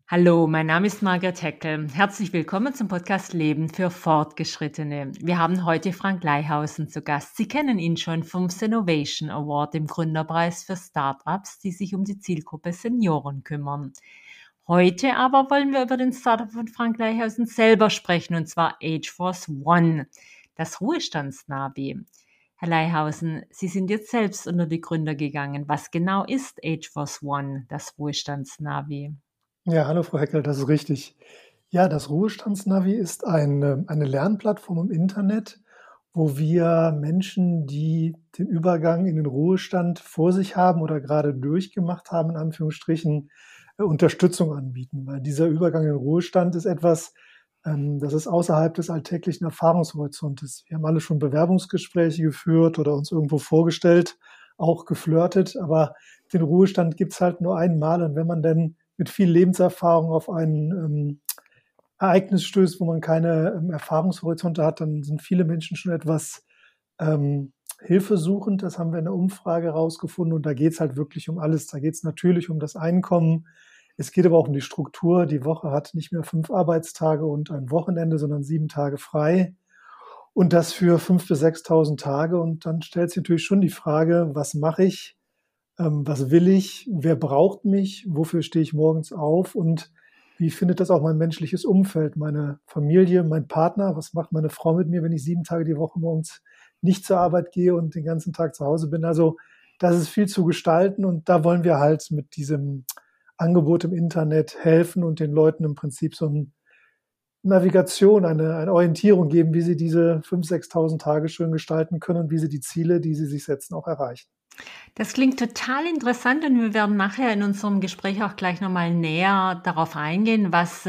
Hallo, mein Name ist Margret Heckel. Herzlich willkommen zum Podcast Leben für Fortgeschrittene. Wir haben heute Frank Leihausen zu Gast. Sie kennen ihn schon vom Senovation Award, dem Gründerpreis für Startups, die sich um die Zielgruppe Senioren kümmern. Heute aber wollen wir über den Startup von Frank Leihausen selber sprechen, und zwar Ageforce One, das Ruhestandsnavi. Herr Leihausen, Sie sind jetzt selbst unter die Gründer gegangen. Was genau ist Ageforce One, das Ruhestandsnavi? Ja, hallo Frau Heckel, das ist richtig. Ja, das Ruhestandsnavi ist eine Lernplattform im Internet, wo wir Menschen, die den Übergang in den Ruhestand vor sich haben oder gerade durchgemacht haben, in Anführungsstrichen, Unterstützung anbieten. Weil dieser Übergang in den Ruhestand ist etwas, das ist außerhalb des alltäglichen Erfahrungshorizontes. Wir haben alle schon Bewerbungsgespräche geführt oder uns irgendwo vorgestellt, auch geflirtet, aber den Ruhestand gibt's halt nur einmal. Und wenn man dann mit viel Lebenserfahrung auf ein Ereignis stößt, wo man keine Erfahrungshorizonte hat, dann sind viele Menschen schon etwas hilfesuchend. Das haben wir in der Umfrage herausgefunden. Und da geht es halt wirklich um alles. Da geht es natürlich um das Einkommen. Es geht aber auch um die Struktur. Die Woche hat nicht mehr 5 Arbeitstage und ein Wochenende, sondern 7 Tage frei. Und das für 5.000 bis 6.000 Tage. Und dann stellt sich natürlich schon die Frage, was mache ich? Was will ich? Wer braucht mich? Wofür stehe ich morgens auf? Und wie findet das auch mein menschliches Umfeld, meine Familie, mein Partner? Was macht meine Frau mit mir, wenn ich 7 Tage die Woche morgens nicht zur Arbeit gehe und den ganzen Tag zu Hause bin? Also das ist viel zu gestalten und da wollen wir halt mit diesem Angebot im Internet helfen und den Leuten im Prinzip so eine Navigation, eine Orientierung geben, wie sie diese 5.000, 6.000 Tage schön gestalten können und wie sie die Ziele, die sie sich setzen, auch erreichen. Das klingt total interessant und wir werden nachher in unserem Gespräch auch gleich nochmal näher darauf eingehen, was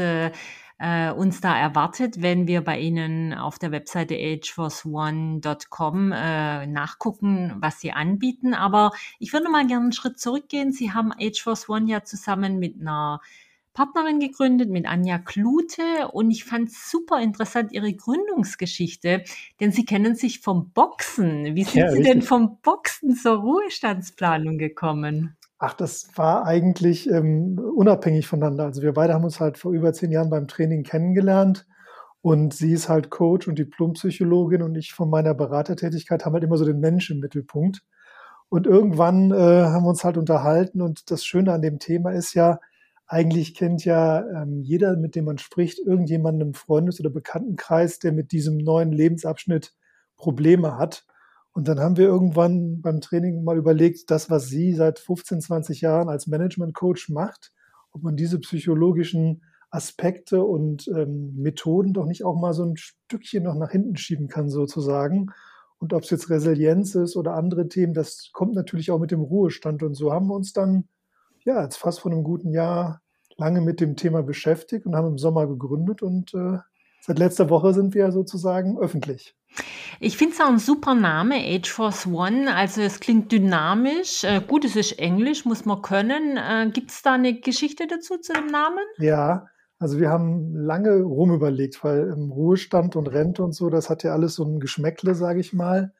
uns da erwartet, wenn wir bei Ihnen auf der Webseite ageforceone.com nachgucken, was Sie anbieten. Aber ich würde mal gerne einen Schritt zurückgehen. Sie haben Ageforce One ja zusammen mit einer Partnerin gegründet, mit Anja Klute, und ich fand super interessant Ihre Gründungsgeschichte, denn Sie kennen sich vom Boxen. Wie Ja, sind Sie denn richtig. vom Boxen zur Ruhestandsplanung gekommen? Ach, das war eigentlich unabhängig voneinander. Also wir beide haben uns halt vor über 10 Jahren beim Training kennengelernt und sie ist halt Coach und Diplompsychologin und ich von meiner Beratertätigkeit haben halt immer so den Menschen im Mittelpunkt. Und irgendwann haben wir uns halt unterhalten und das Schöne an dem Thema ist ja, eigentlich kennt ja jeder, mit dem man spricht, irgendjemanden im Freundes- oder Bekanntenkreis, der mit diesem neuen Lebensabschnitt Probleme hat. Und dann haben wir irgendwann beim Training mal überlegt, das, was sie seit 15, 20 Jahren als Management-Coach macht, ob man diese psychologischen Aspekte und Methoden doch nicht auch mal so ein Stückchen noch nach hinten schieben kann, sozusagen. Und ob es jetzt Resilienz ist oder andere Themen, das kommt natürlich auch mit dem Ruhestand. Und so haben wir uns dann, ja, jetzt fast vor einem guten Jahr lange mit dem Thema beschäftigt und haben im Sommer gegründet. Und seit letzter Woche sind wir sozusagen öffentlich. Ich finde es auch ein super Name, Ageforce One. Also es klingt dynamisch. Gut, es ist Englisch, muss man können. Gibt es da eine Geschichte dazu zu dem Namen? Ja, also wir haben lange rumüberlegt, weil im Ruhestand und Rente und so, das hat ja alles so ein Geschmäckle, sage ich mal.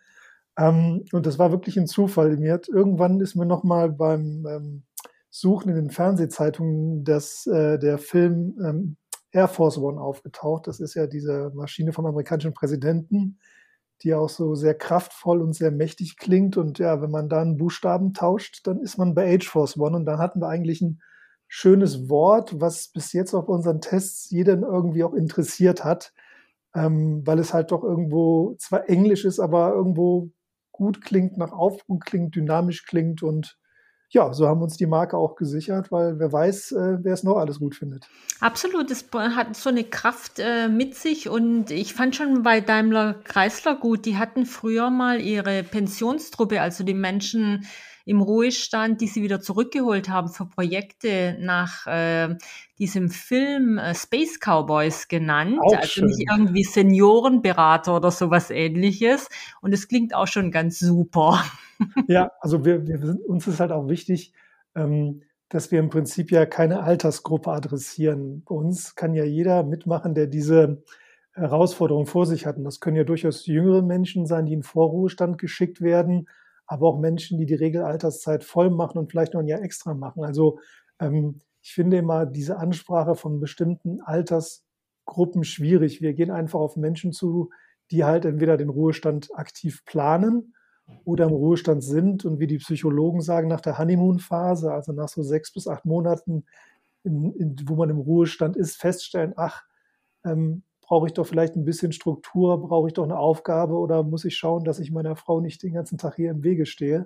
Und das war wirklich ein Zufall. Irgendwann ist mir noch mal beim Suchen in den Fernsehzeitungen der Film Air Force One aufgetaucht. Das ist ja diese Maschine vom amerikanischen Präsidenten, die auch so sehr kraftvoll und sehr mächtig klingt. Und ja, wenn man da einen Buchstaben tauscht, dann ist man bei Age Force One. Und dann hatten wir eigentlich ein schönes Wort, was bis jetzt auf unseren Tests jeden irgendwie auch interessiert hat, weil es halt doch irgendwo zwar Englisch ist, aber irgendwo gut klingt, nach Aufbruch klingt, dynamisch klingt und ja, so haben wir uns die Marke auch gesichert, weil wer weiß, wer es noch alles gut findet. Absolut, es hat so eine Kraft mit sich, und ich fand schon bei Daimler Chrysler gut, die hatten früher mal ihre Pensionstruppe, also die Menschen im Ruhestand, die sie wieder zurückgeholt haben für Projekte nach diesem Film Space Cowboys genannt, Auch also nicht schön. irgendwie Seniorenberater oder sowas ähnliches, und es klingt auch schon ganz super. Ja, also uns ist halt auch wichtig, dass wir im Prinzip ja keine Altersgruppe adressieren. Bei uns kann ja jeder mitmachen, der diese Herausforderung vor sich hat. Und das können ja durchaus jüngere Menschen sein, die in Vorruhestand geschickt werden, aber auch Menschen, die die Regelalterszeit voll machen und vielleicht noch ein Jahr extra machen. Also ich finde immer diese Ansprache von bestimmten Altersgruppen schwierig. Wir gehen einfach auf Menschen zu, die halt entweder den Ruhestand aktiv planen oder im Ruhestand sind und wie die Psychologen sagen, nach der Honeymoon-Phase, also nach so 6 bis 8 Monaten, wo man im Ruhestand ist, feststellen, ach, brauche ich doch vielleicht ein bisschen Struktur, brauche ich doch eine Aufgabe oder muss ich schauen, dass ich meiner Frau nicht den ganzen Tag hier im Wege stehe.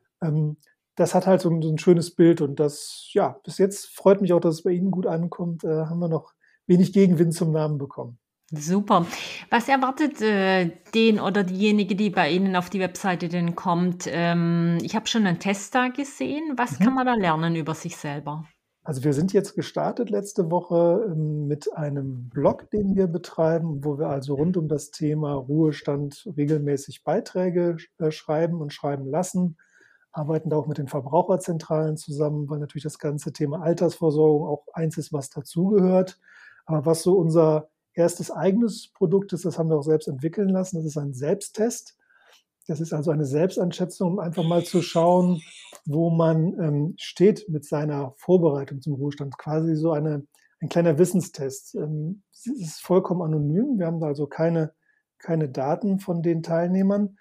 Das hat halt so ein schönes Bild und das, ja, bis jetzt freut mich auch, dass es bei Ihnen gut ankommt. Haben wir noch wenig Gegenwind zum Namen bekommen. Super. Was erwartet den oder diejenige, die bei Ihnen auf die Webseite denn kommt? Ich habe schon einen Test da gesehen. Was kann man da lernen über sich selber? Also wir sind jetzt gestartet letzte Woche mit einem Blog, den wir betreiben, wo wir also rund um das Thema Ruhestand regelmäßig Beiträge schreiben und schreiben lassen, arbeiten da auch mit den Verbraucherzentralen zusammen, weil natürlich das ganze Thema Altersvorsorgung auch eins ist, was dazugehört. Aber was so unser erstes eigenes Produkt ist, das haben wir auch selbst entwickeln lassen. Das ist ein Selbsttest. Das ist also eine Selbsteinschätzung, um einfach mal zu schauen, wo man steht mit seiner Vorbereitung zum Ruhestand. Quasi so ein kleiner Wissenstest. Es ist vollkommen anonym. Wir haben da also keine Daten von den Teilnehmern.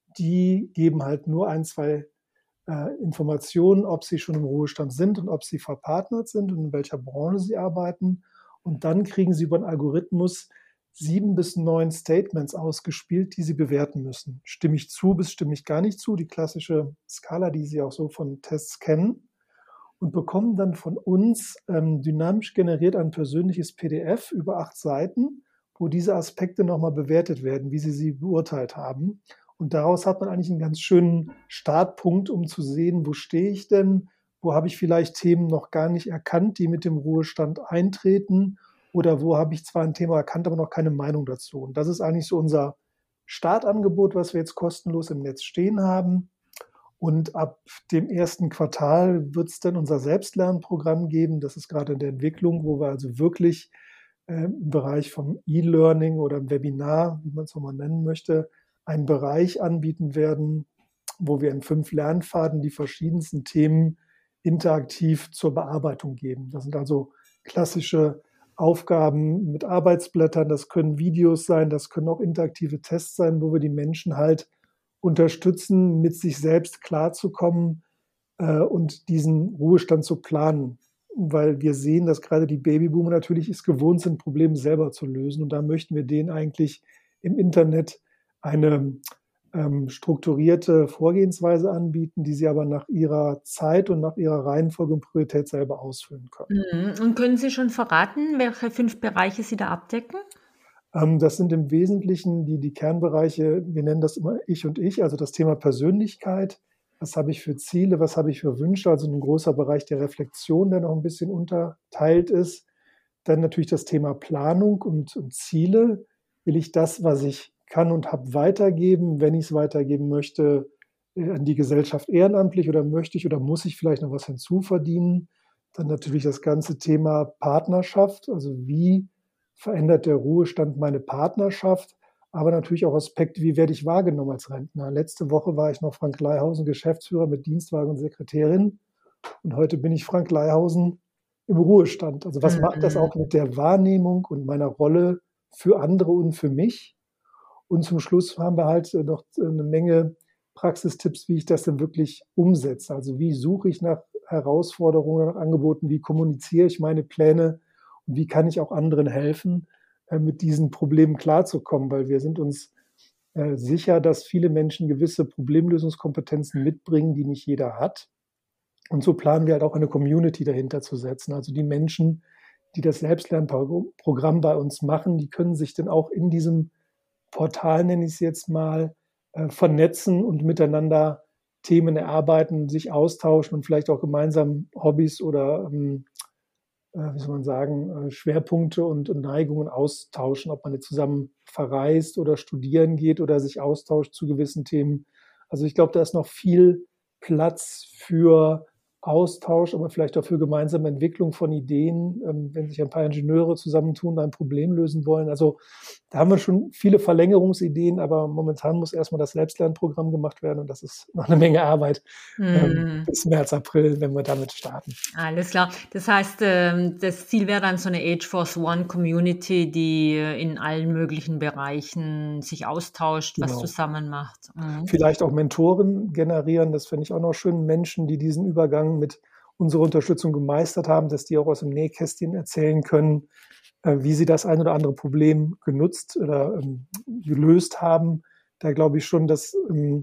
Die geben halt nur ein, zwei Informationen, ob sie schon im Ruhestand sind und ob sie verpartnert sind und in welcher Branche sie arbeiten. Und dann kriegen sie über einen Algorithmus 7 bis 9 Statements ausgespielt, die sie bewerten müssen. Stimme ich zu bis stimme ich gar nicht zu, die klassische Skala, die Sie auch so von Tests kennen, und bekommen dann von uns dynamisch generiert ein persönliches PDF über 8 Seiten, wo diese Aspekte nochmal bewertet werden, wie sie beurteilt haben. Und daraus hat man eigentlich einen ganz schönen Startpunkt, um zu sehen, wo stehe ich denn, wo habe ich vielleicht Themen noch gar nicht erkannt, die mit dem Ruhestand eintreten, oder wo habe ich zwar ein Thema erkannt, aber noch keine Meinung dazu. Und das ist eigentlich so unser Startangebot, was wir jetzt kostenlos im Netz stehen haben. Und ab dem ersten Quartal wird es dann unser Selbstlernprogramm geben. Das ist gerade in der Entwicklung, wo wir also wirklich im Bereich vom E-Learning oder im Webinar, wie man es auch mal nennen möchte, einen Bereich anbieten werden, wo wir in 5 Lernpfaden die verschiedensten Themen interaktiv zur Bearbeitung geben. Das sind also klassische Aufgaben mit Arbeitsblättern, das können Videos sein, das können auch interaktive Tests sein, wo wir die Menschen halt unterstützen, mit sich selbst klarzukommen und diesen Ruhestand zu planen. Weil wir sehen, dass gerade die Babyboomer natürlich es gewohnt sind, Probleme selber zu lösen. Und da möchten wir denen eigentlich im Internet eine strukturierte Vorgehensweise anbieten, die sie aber nach ihrer Zeit und nach ihrer Reihenfolge und Priorität selber ausfüllen können. Und können Sie schon verraten, welche 5 Bereiche Sie da abdecken? Das sind im Wesentlichen die Kernbereiche, wir nennen das immer Ich und Ich, also das Thema Persönlichkeit. Was habe ich für Ziele, was habe ich für Wünsche? Also ein großer Bereich der Reflexion, der noch ein bisschen unterteilt ist. Dann natürlich das Thema Planung und Ziele. Will ich das, was ich kann und habe, weitergeben? Wenn ich es weitergeben möchte, an die Gesellschaft ehrenamtlich, oder möchte ich oder muss ich vielleicht noch was hinzuverdienen? Dann natürlich das ganze Thema Partnerschaft, also wie verändert der Ruhestand meine Partnerschaft, aber natürlich auch Aspekte, wie werde ich wahrgenommen als Rentner. Letzte Woche war ich noch Frank Leihausen, Geschäftsführer mit Dienstwagen und Sekretärin, und heute bin ich Frank Leihausen im Ruhestand. Also was macht das auch mit der Wahrnehmung und meiner Rolle für andere und für mich? Und zum Schluss haben wir halt noch eine Menge Praxistipps, wie ich das denn wirklich umsetze. Also wie suche ich nach Herausforderungen, nach Angeboten, wie kommuniziere ich meine Pläne und wie kann ich auch anderen helfen, mit diesen Problemen klarzukommen, weil wir sind uns sicher, dass viele Menschen gewisse Problemlösungskompetenzen mitbringen, die nicht jeder hat. Und so planen wir halt auch eine Community dahinter zu setzen. Also die Menschen, die das Selbstlernprogramm bei uns machen, die können sich dann auch in diesem Portal, nenne ich es jetzt mal, vernetzen und miteinander Themen erarbeiten, sich austauschen und vielleicht auch gemeinsam Hobbys oder wie soll man sagen, Schwerpunkte und Neigungen austauschen, ob man jetzt zusammen verreist oder studieren geht oder sich austauscht zu gewissen Themen. Also ich glaube, da ist noch viel Platz für Austausch, aber vielleicht auch für gemeinsame Entwicklung von Ideen, wenn sich ein paar Ingenieure zusammentun, ein Problem lösen wollen. Also da haben wir schon viele Verlängerungsideen, aber momentan muss erstmal das Selbstlernprogramm gemacht werden und das ist noch eine Menge Arbeit bis März, April, wenn wir damit starten. Alles klar. Das heißt, das Ziel wäre dann so eine Age Force One Community, die in allen möglichen Bereichen sich austauscht, was zusammen macht. Vielleicht auch Mentoren generieren, das finde ich auch noch schön. Menschen, die diesen Übergang mit unserer Unterstützung gemeistert haben, dass die auch aus dem Nähkästchen erzählen können, wie sie das ein oder andere Problem genutzt oder gelöst haben. Da glaube ich schon, dass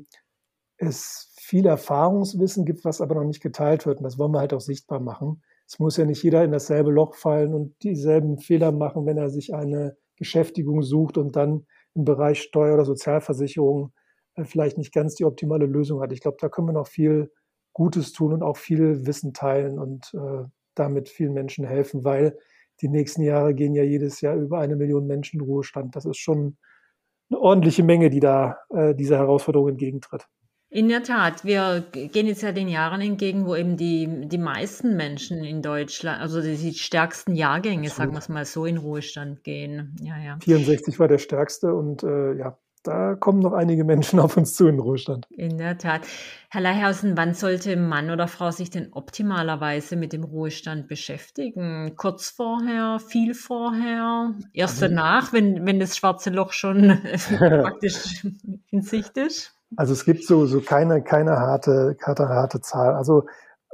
es viel Erfahrungswissen gibt, was aber noch nicht geteilt wird. Und das wollen wir halt auch sichtbar machen. Es muss ja nicht jeder in dasselbe Loch fallen und dieselben Fehler machen, wenn er sich eine Beschäftigung sucht und dann im Bereich Steuer- oder Sozialversicherung vielleicht nicht ganz die optimale Lösung hat. Ich glaube, da können wir noch viel Gutes tun und auch viel Wissen teilen und damit vielen Menschen helfen, weil die nächsten Jahre gehen ja jedes Jahr über 1 Million Menschen in Ruhestand. Das ist schon eine ordentliche Menge, die da dieser Herausforderung entgegentritt. In der Tat, wir gehen jetzt ja den Jahren entgegen, wo eben die meisten Menschen in Deutschland, also die stärksten Jahrgänge, sagen wir es mal so, in Ruhestand gehen. Ja, ja. 64 war der stärkste und ja, da kommen noch einige Menschen auf uns zu in den Ruhestand. In der Tat. Herr Leihausen, wann sollte Mann oder Frau sich denn optimalerweise mit dem Ruhestand beschäftigen? Kurz vorher, viel vorher, erst danach, wenn das schwarze Loch schon praktisch in Sicht ist? Also es gibt so keine harte Zahl. Also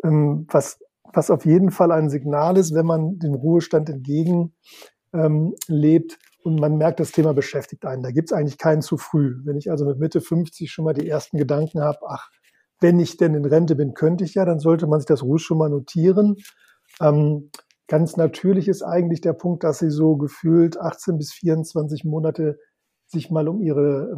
was auf jeden Fall ein Signal ist, wenn man dem Ruhestand entgegen lebt und man merkt, das Thema beschäftigt einen. Da gibt es eigentlich keinen zu früh. Wenn ich also mit Mitte 50 schon mal die ersten Gedanken habe, ach, wenn ich denn in Rente bin, könnte ich ja, dann sollte man sich das ruhig schon mal notieren. Ganz natürlich ist eigentlich der Punkt, dass Sie so gefühlt 18 bis 24 Monate sich mal um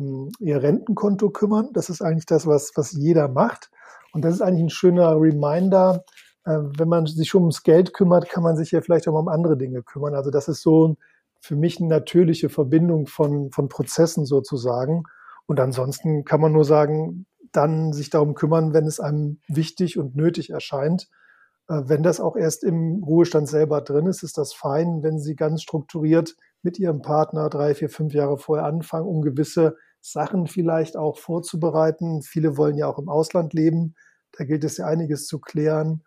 ihr Rentenkonto kümmern. Das ist eigentlich das, was jeder macht. Und das ist eigentlich ein schöner Reminder. Wenn man sich schon ums Geld kümmert, kann man sich ja vielleicht auch mal um andere Dinge kümmern. Also das ist so für mich eine natürliche Verbindung von Prozessen sozusagen. Und ansonsten kann man nur sagen, dann sich darum kümmern, wenn es einem wichtig und nötig erscheint. Wenn das auch erst im Ruhestand selber drin ist, ist das fein. Wenn Sie ganz strukturiert mit Ihrem Partner 3, 4, 5 Jahre vorher anfangen, um gewisse Sachen vielleicht auch vorzubereiten. Viele wollen ja auch im Ausland leben. Da gilt es ja einiges zu klären.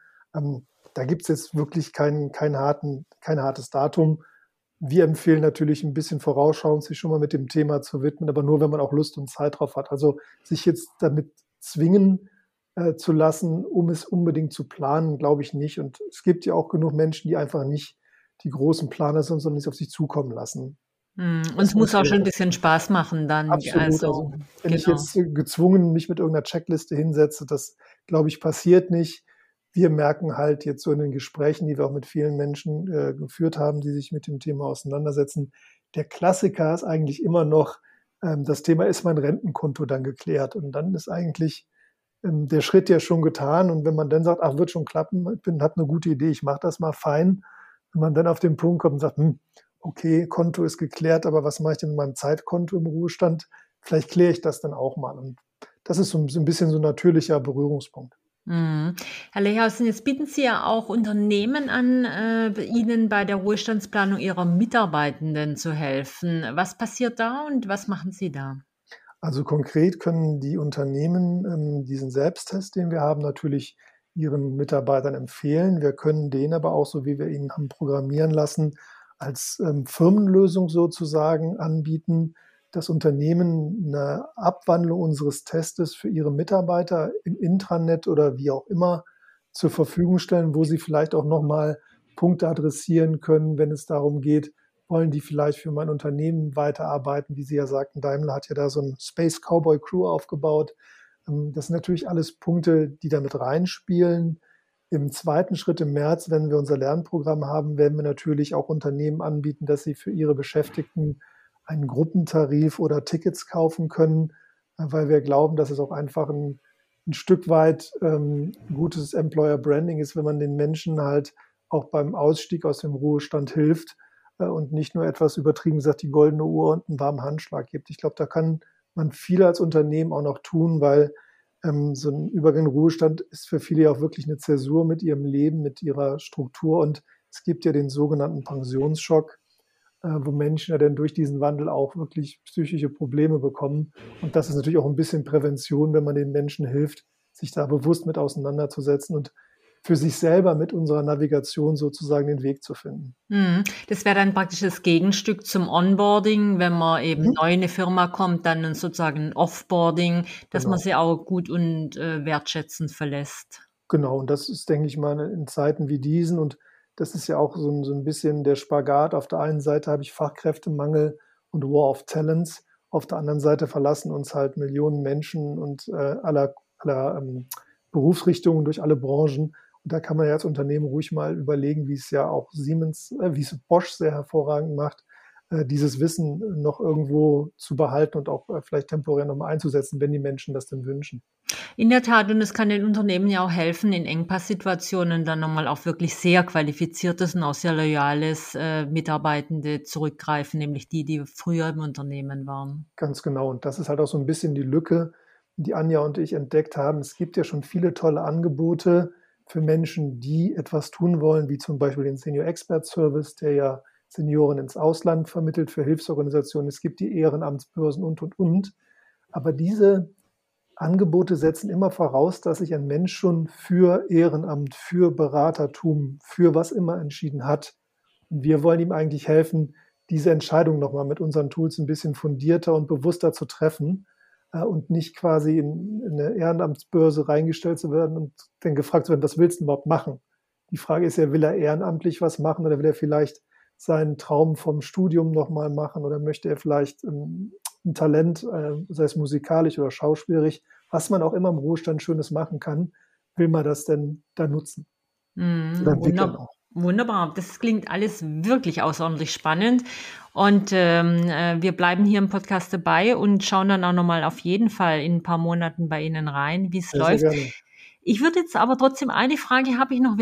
Da gibt es jetzt wirklich kein hartes Datum. Wir empfehlen natürlich ein bisschen vorausschauend, sich schon mal mit dem Thema zu widmen, aber nur, wenn man auch Lust und Zeit drauf hat. Also sich jetzt damit zwingen zu lassen, um es unbedingt zu planen, glaube ich nicht. Und es gibt ja auch genug Menschen, die einfach nicht die großen Planer sind, sondern es auf sich zukommen lassen. Und es muss auch schon ein bisschen Spaß machen dann. Absolut. Also wenn ich jetzt gezwungen mich mit irgendeiner Checkliste hinsetze, das, glaube ich, passiert nicht. Wir merken halt jetzt so in den Gesprächen, die wir auch mit vielen Menschen geführt haben, die sich mit dem Thema auseinandersetzen, der Klassiker ist eigentlich immer noch, das Thema, ist mein Rentenkonto dann geklärt? Und dann ist eigentlich der Schritt ja schon getan. Und wenn man dann sagt, ach, wird schon klappen, habe eine gute Idee, ich mache das mal, fein. Wenn man dann auf den Punkt kommt und sagt, okay, Konto ist geklärt, aber was mache ich denn mit meinem Zeitkonto im Ruhestand? Vielleicht kläre ich das dann auch mal. Und das ist so ein bisschen so ein natürlicher Berührungspunkt. Herr Leihausen, jetzt bieten Sie ja auch Unternehmen an, Ihnen bei der Ruhestandsplanung Ihrer Mitarbeitenden zu helfen. Was passiert da und was machen Sie da? Also konkret können die Unternehmen diesen Selbsttest, den wir haben, natürlich ihren Mitarbeitern empfehlen. Wir können den aber auch, so wie wir ihn haben programmieren lassen, als Firmenlösung sozusagen anbieten. Das Unternehmen eine Abwandlung unseres Testes für ihre Mitarbeiter im Intranet oder wie auch immer zur Verfügung stellen, wo sie vielleicht auch nochmal Punkte adressieren können, wenn es darum geht, wollen die vielleicht für mein Unternehmen weiterarbeiten, wie Sie ja sagten, Daimler hat ja da so ein Space Cowboy Crew aufgebaut. Das sind natürlich alles Punkte, die da mit reinspielen. Im zweiten Schritt im März, wenn wir unser Lernprogramm haben, werden wir natürlich auch Unternehmen anbieten, dass sie für ihre Beschäftigten einen Gruppentarif oder Tickets kaufen können, weil wir glauben, dass es auch einfach ein Stück weit gutes Employer Branding ist, wenn man den Menschen halt auch beim Ausstieg aus dem Ruhestand hilft und nicht nur etwas übertrieben gesagt die goldene Uhr und einen warmen Handschlag gibt. Ich glaube, da kann man viel als Unternehmen auch noch tun, weil So ein Übergang in den Ruhestand ist für viele ja auch wirklich eine Zäsur mit ihrem Leben, mit ihrer Struktur. Und es gibt ja den sogenannten Pensionsschock, wo Menschen ja dann durch diesen Wandel auch wirklich psychische Probleme bekommen. Und das ist natürlich auch ein bisschen Prävention, wenn man den Menschen hilft, sich da bewusst mit auseinanderzusetzen und für sich selber mit unserer Navigation sozusagen den Weg zu finden. Das wäre dann praktisch das Gegenstück zum Onboarding, wenn man eben Mhm. neu in eine Firma kommt, dann sozusagen ein Offboarding, dass man Genau. sie auch gut und wertschätzend verlässt. Genau, und das ist, denke ich mal, in Zeiten wie diesen und das ist ja auch so ein bisschen der Spagat. Auf der einen Seite habe ich Fachkräftemangel und War of Talents. Auf der anderen Seite verlassen uns halt Millionen Menschen und aller Berufsrichtungen durch alle Branchen. Und da kann man ja als Unternehmen ruhig mal überlegen, wie es ja auch wie es Bosch sehr hervorragend macht, dieses Wissen noch irgendwo zu behalten und auch vielleicht temporär nochmal einzusetzen, wenn die Menschen das denn wünschen. In der Tat, und es kann den Unternehmen ja auch helfen, in Engpasssituationen dann nochmal auf wirklich sehr qualifiziertes und auch sehr loyales Mitarbeitende zurückgreifen, nämlich die früher im Unternehmen waren. Ganz genau. Und das ist halt auch so ein bisschen die Lücke, die Anja und ich entdeckt haben. Es gibt ja schon viele tolle Angebote für Menschen, die etwas tun wollen, wie zum Beispiel den Senior Expert Service, der ja Senioren ins Ausland vermittelt für Hilfsorganisationen. Es gibt die Ehrenamtsbörsen und. Aber diese Angebote setzen immer voraus, dass sich ein Mensch schon für Ehrenamt, für Beratertum, für was immer entschieden hat. Und wir wollen ihm eigentlich helfen, diese Entscheidung nochmal mit unseren Tools ein bisschen fundierter und bewusster zu treffen und nicht quasi in eine Ehrenamtsbörse reingestellt zu werden und dann gefragt zu werden, was willst du überhaupt machen? Die Frage ist ja, will er ehrenamtlich was machen oder will er vielleicht seinen Traum vom Studium nochmal machen oder möchte er vielleicht ein Talent, sei es musikalisch oder schauspielerisch, was man auch immer im Ruhestand Schönes machen kann, will man das denn da nutzen oder entwickeln auch. Wunderbar. Das klingt alles wirklich außerordentlich spannend. Und wir bleiben hier im Podcast dabei und schauen dann auch nochmal auf jeden Fall in ein paar Monaten bei Ihnen rein, wie es Sehr, sehr läuft. gerne. Ich würde jetzt aber trotzdem eine Frage habe ich noch.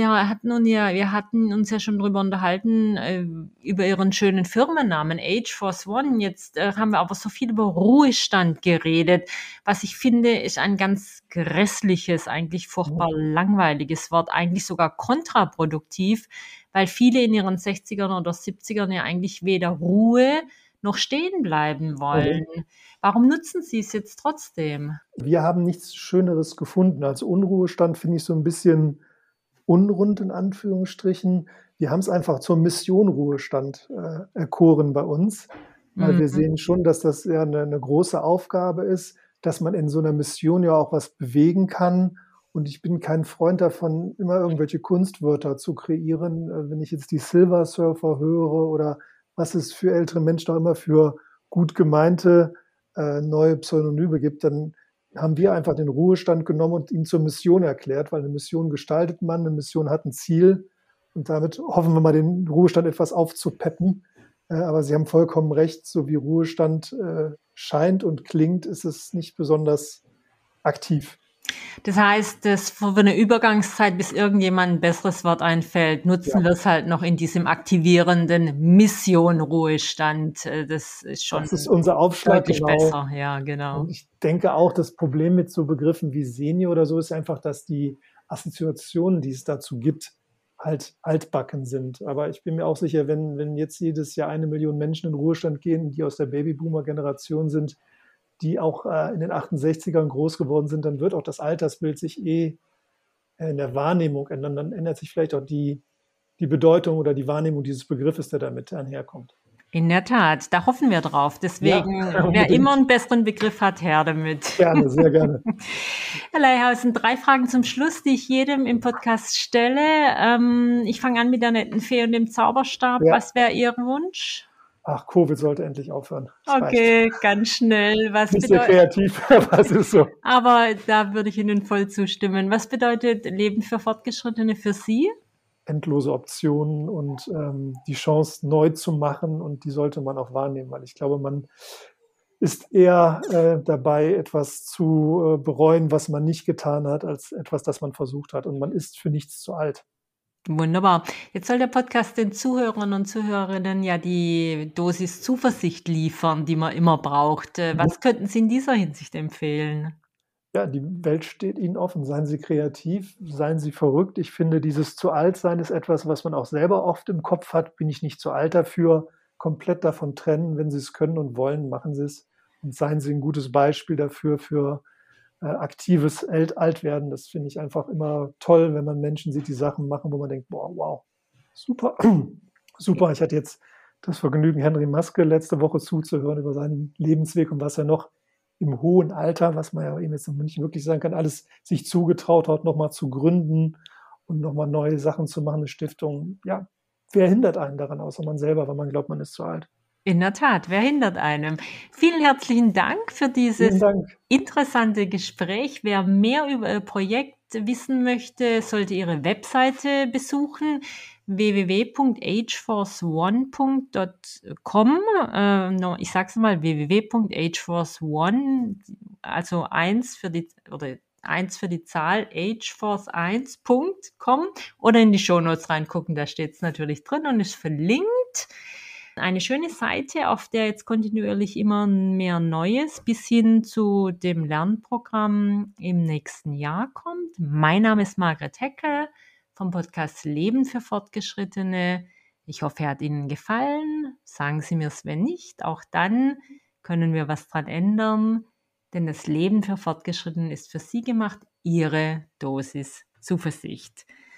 Wir hatten uns ja schon drüber unterhalten, über Ihren schönen Firmennamen, Age Force One. Jetzt haben wir aber so viel über Ruhestand geredet. Was ich finde, ist ein ganz grässliches, eigentlich furchtbar langweiliges Wort, eigentlich sogar kontraproduktiv, weil viele in ihren 60ern oder 70ern ja eigentlich weder Ruhe noch stehen bleiben wollen. Warum nutzen Sie es jetzt trotzdem? Wir haben nichts Schöneres gefunden. Als Unruhestand finde ich so ein bisschen unrund in Anführungsstrichen. Wir haben es einfach zur Mission Ruhestand erkoren bei uns, weil wir sehen schon, dass das ja eine große Aufgabe ist, dass man in so einer Mission ja auch was bewegen kann. Und ich bin kein Freund davon, immer irgendwelche Kunstwörter zu kreieren. Wenn ich jetzt die Silver Surfer höre oder was es für ältere Menschen auch immer für gut gemeinte neue Pseudonyme gibt, dann haben wir einfach den Ruhestand genommen und ihn zur Mission erklärt, weil eine Mission gestaltet man, eine Mission hat ein Ziel und damit hoffen wir mal, den Ruhestand etwas aufzupeppen. Aber Sie haben vollkommen recht, so wie Ruhestand scheint und klingt, ist es nicht besonders aktiv. Das heißt, für eine Übergangszeit, bis irgendjemand ein besseres Wort einfällt, nutzen wir es halt noch in diesem aktivierenden Mission-Ruhestand. Das ist schon Das ist unser Aufschlag, deutlich genau. besser. Ja, genau. Und ich denke auch, das Problem mit so Begriffen wie Senior oder so ist einfach, dass die Assoziationen, die es dazu gibt, halt altbacken sind. Aber ich bin mir auch sicher, wenn jetzt jedes Jahr 1 Million Menschen in Ruhestand gehen, die aus der Babyboomer-Generation sind, die auch in den 68ern groß geworden sind, dann wird auch das Altersbild sich in der Wahrnehmung ändern. Dann ändert sich vielleicht auch die Bedeutung oder die Wahrnehmung dieses Begriffes, der damit einherkommt. In der Tat, da hoffen wir drauf. Deswegen, Ja, wer immer einen besseren Begriff hat, her damit. Gerne, sehr gerne. Herr Leihausen, 3 Fragen zum Schluss, die ich jedem im Podcast stelle. Ich fange an mit der netten Fee und dem Zauberstab. Ja. Was wäre Ihr Wunsch? Ach, Covid sollte endlich aufhören. Das Okay, ganz schnell. Nicht sehr kreativ, aber es ist so. Aber da würde ich Ihnen voll zustimmen. Was bedeutet Leben für Fortgeschrittene für Sie? Endlose Optionen und die Chance, neu zu machen. Und die sollte man auch wahrnehmen, weil ich glaube, man ist eher dabei, etwas zu bereuen, was man nicht getan hat, als etwas, das man versucht hat. Und man ist für nichts zu alt. Wunderbar. Jetzt soll der Podcast den Zuhörern und Zuhörerinnen ja die Dosis Zuversicht liefern, die man immer braucht. Was könnten Sie in dieser Hinsicht empfehlen? Ja, die Welt steht Ihnen offen. Seien Sie kreativ, seien Sie verrückt. Ich finde, dieses zu alt sein ist etwas, was man auch selber oft im Kopf hat. Bin ich nicht zu alt dafür? Komplett davon trennen. Wenn Sie es können und wollen, machen Sie es. Und seien Sie ein gutes Beispiel dafür, für aktives Altwerden. Das finde ich einfach immer toll, wenn man Menschen sieht, die Sachen machen, wo man denkt, boah, wow, super, super. Ich hatte jetzt das Vergnügen, Henry Maske letzte Woche zuzuhören über seinen Lebensweg und was er noch im hohen Alter, was man ja eben jetzt noch nicht wirklich sagen kann, alles sich zugetraut hat, nochmal zu gründen und nochmal neue Sachen zu machen, eine Stiftung. Ja, wer hindert einen daran, außer man selber, weil man glaubt, man ist zu alt? In der Tat, wer hindert einem? Vielen herzlichen Dank für Vielen dieses Dank. interessante Gespräch. Wer mehr über Ihr Projekt wissen möchte, sollte Ihre Webseite besuchen, www.ageforceone.com. Ich sage es mal, www.ageforceone, also 1 für die Zahl, ageforce1.com, oder in die Shownotes reingucken, da steht es natürlich drin und ist verlinkt. Eine schöne Seite, auf der jetzt kontinuierlich immer mehr Neues bis hin zu dem Lernprogramm im nächsten Jahr kommt. Mein Name ist Margret Heckel vom Podcast Leben für Fortgeschrittene. Ich hoffe, er hat Ihnen gefallen. Sagen Sie mir es, wenn nicht. Auch dann können wir was dran ändern, denn das Leben für Fortgeschrittene ist für Sie gemacht. Ihre Dosis Zuversicht.